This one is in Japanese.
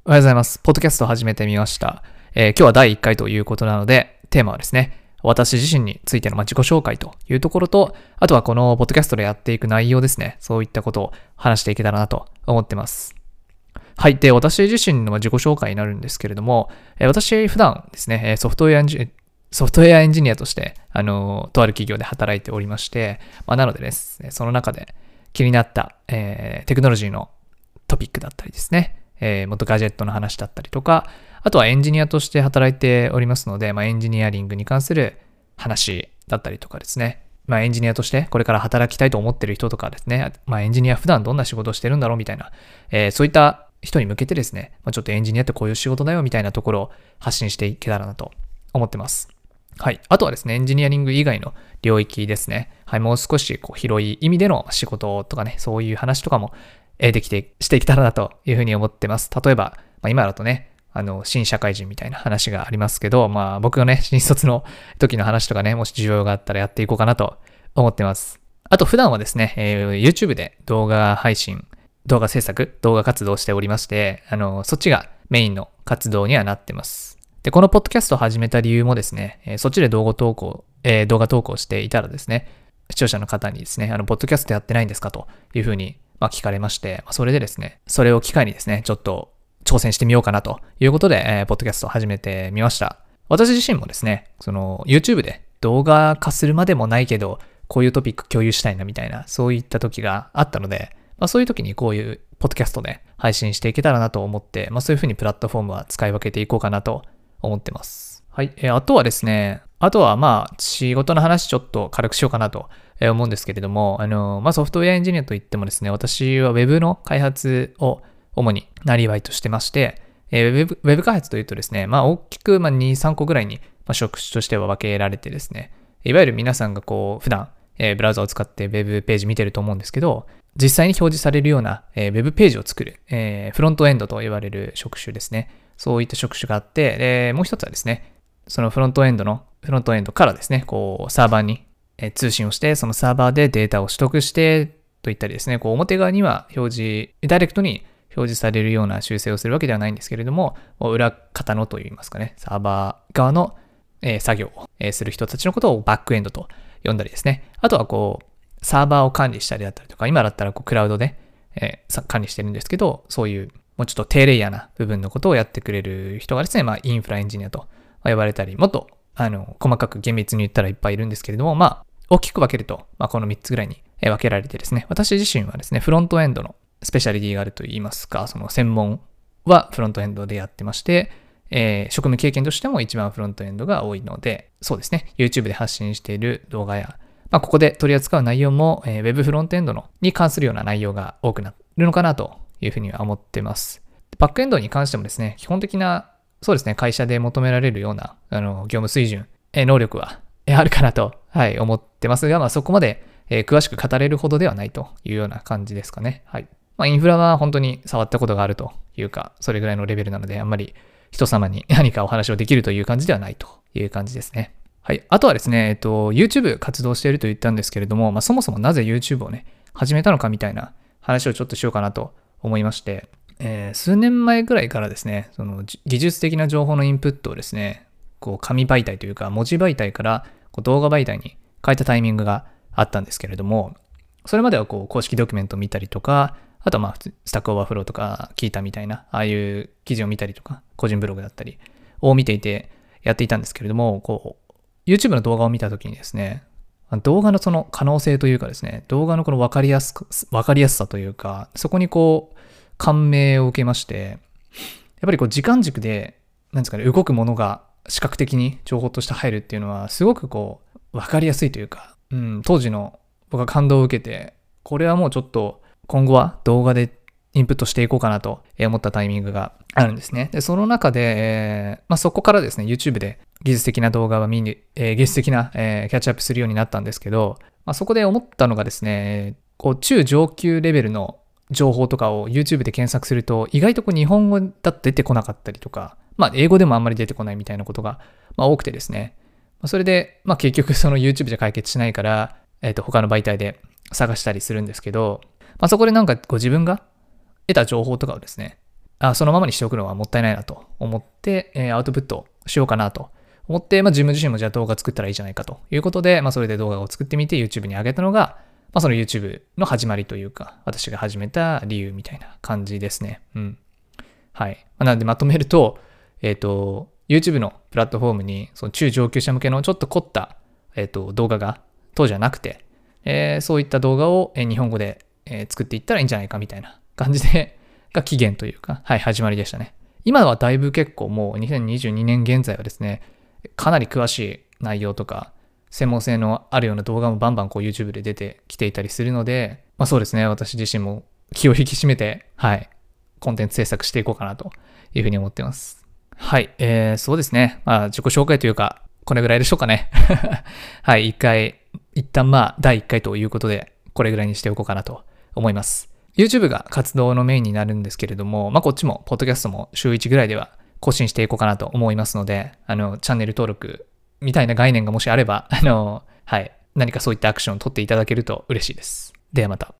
おはようございます。ポッドキャストを始めてみました。今日は第1回ということなので、テーマはですね、私自身についての自己紹介というところと、あとはこのポッドキャストでやっていく内容ですね。そういったことを話していけたらなと思ってます。はい。で、私自身の自己紹介になるんですけれども、私普段ですね、ソフトウェアエンジニアとして、とある企業で働いておりまして、なのでですね、その中で気になった、テクノロジーのトピックだったりですね、もっとガジェットの話だったりとか、あとはエンジニアとして働いておりますので、エンジニアリングに関する話だったりとかですね、エンジニアとしてこれから働きたいと思っている人とかですね、エンジニア普段どんな仕事をしてるんだろうみたいな、そういった人に向けてですね、ちょっとエンジニアってこういう仕事だよみたいなところを発信していけたらなと思ってます。はい。あとはですね、エンジニアリング以外の領域ですね。はい。もう少し広い意味での仕事とかね、そういう話とかもしていけたらなというふうに思ってます。例えば、今だとね、新社会人みたいな話がありますけど、僕がね、新卒の時の話とかね、もし需要があったらやっていこうかなと思ってます。あと普段はですね、YouTube で動画配信、動画制作、動画活動をしておりまして、そっちがメインの活動にはなってます。で、このポッドキャストを始めた理由もですね、そっちで動画投稿していたらですね、視聴者の方にですね、ポッドキャストやってないんですかというふうに聞かれまして、それでですね、それを機会にですね、ちょっと挑戦してみようかなということで、ポッドキャストを始めてみました。私自身もですね、YouTube で動画化するまでもないけど、こういうトピック共有したいなみたいな、そういった時があったので、そういう時にこういうポッドキャストで配信していけたらなと思って、そういうふうにプラットフォームは使い分けていこうかなと思ってます。はい。あとはですね、仕事の話ちょっと軽くしようかなと思うんですけれども、ソフトウェアエンジニアといってもですね、私は Web の開発を主になりわいとしてまして、Web 開発というとですね、大きく2、3個ぐらいに職種としては分けられてですね、いわゆる皆さんが普段ブラウザを使って Web ページ見てると思うんですけど、実際に表示されるような Web ページを作る、フロントエンドと言われる職種ですね。そういった職種があって、もう一つはですね、そのフロントエンドからですね、サーバーに通信をして、そのサーバーでデータを取得してといったりですね、表側にはダイレクトに表示されるような修正をするわけではないんですけれども、裏方のといいますかね、サーバー側の作業をする人たちのことをバックエンドと呼んだりですね。あとはサーバーを管理したりだったりとか、今だったらクラウドで管理してるんですけど、そういうもうちょっと低レイヤーな部分のことをやってくれる人がですね、インフラエンジニアと呼ばれたり、もっと細かく厳密に言ったらいっぱいいるんですけれども、大きく分けると、この3つぐらいに分けられてですね、私自身はですね、フロントエンドのスペシャリティがあるといいますか、その専門はフロントエンドでやってまして、職務経験としても一番フロントエンドが多いので、そうですね、YouTube で発信している動画や、ここで取り扱う内容も、Web フロントエンドに関するような内容が多くなるのかなというふうには思ってます。バックエンドに関してもですね、基本的な、そうですね、会社で求められるような業務水準、能力はあるかなと、思ってますが、そこまで詳しく語れるほどではないというような感じですかね。はい。インフラは本当に触ったことがあるというか、それぐらいのレベルなので、あんまり人様に何かお話をできるという感じではないという感じですね。はい。あとはですね、YouTube 活動していると言ったんですけれども、そもそもなぜ YouTube をね、始めたのかみたいな話をちょっとしようかなと思いまして、数年前ぐらいからですね、その技術的な情報のインプットをですね、紙媒体というか文字媒体から動画媒体に変えたタイミングがあったんですけれども、それまでは公式ドキュメントを見たりとか、あとはスタックオーバーフローとか聞いたみたいな、ああいう記事を見たりとか、個人ブログだったりを見ていてやっていたんですけれども、YouTube の動画を見たときにですね、動画のその可能性というかですね、動画のこの分かりやすさというか、そこに感銘を受けまして、やっぱり時間軸で、なんですかね、動くものが視覚的に情報として入るっていうのは、すごく分かりやすいというか、当時の僕は感動を受けて、これはもうちょっと今後は動画でインプットしていこうかなと思ったタイミングがあるんですね。で、その中で、そこからですね、YouTube で技術的な動画は技術的な、キャッチアップするようになったんですけど、そこで思ったのがですね、中上級レベルの情報とかを YouTube で検索すると、意外と日本語だと出てこなかったりとか、英語でもあんまり出てこないみたいなことが、多くてですね。それで、結局その YouTube じゃ解決しないから、他の媒体で探したりするんですけど、そこで自分が得た情報とかをですね、 そのままにしておくのはもったいないなと思って、アウトプットしようかなと思って、自分自身もじゃあ動画作ったらいいじゃないかということで、それで動画を作ってみて YouTube に上げたのが、その YouTube の始まりというか、私が始めた理由みたいな感じですね。はい。なのでまとめると、YouTube のプラットフォームにその中上級者向けのちょっと凝った、動画が当時はなくて、そういった動画を日本語で作っていったらいいんじゃないかみたいな感じでが起源というか、始まりでしたね。今はだいぶ結構もう2022年現在はですね、かなり詳しい内容とか、専門性のあるような動画もバンバンYouTube で出てきていたりするので、そうですね、私自身も気を引き締めて、コンテンツ制作していこうかなというふうに思っています。はい、そうですね。自己紹介というか、これぐらいでしょうかね。一旦第1回ということで、これぐらいにしておこうかなと思います。YouTube が活動のメインになるんですけれども、こっちも、ポッドキャストも週1ぐらいでは更新していこうかなと思いますので、チャンネル登録みたいな概念がもしあれば、何かそういったアクションを取っていただけると嬉しいです。ではまた。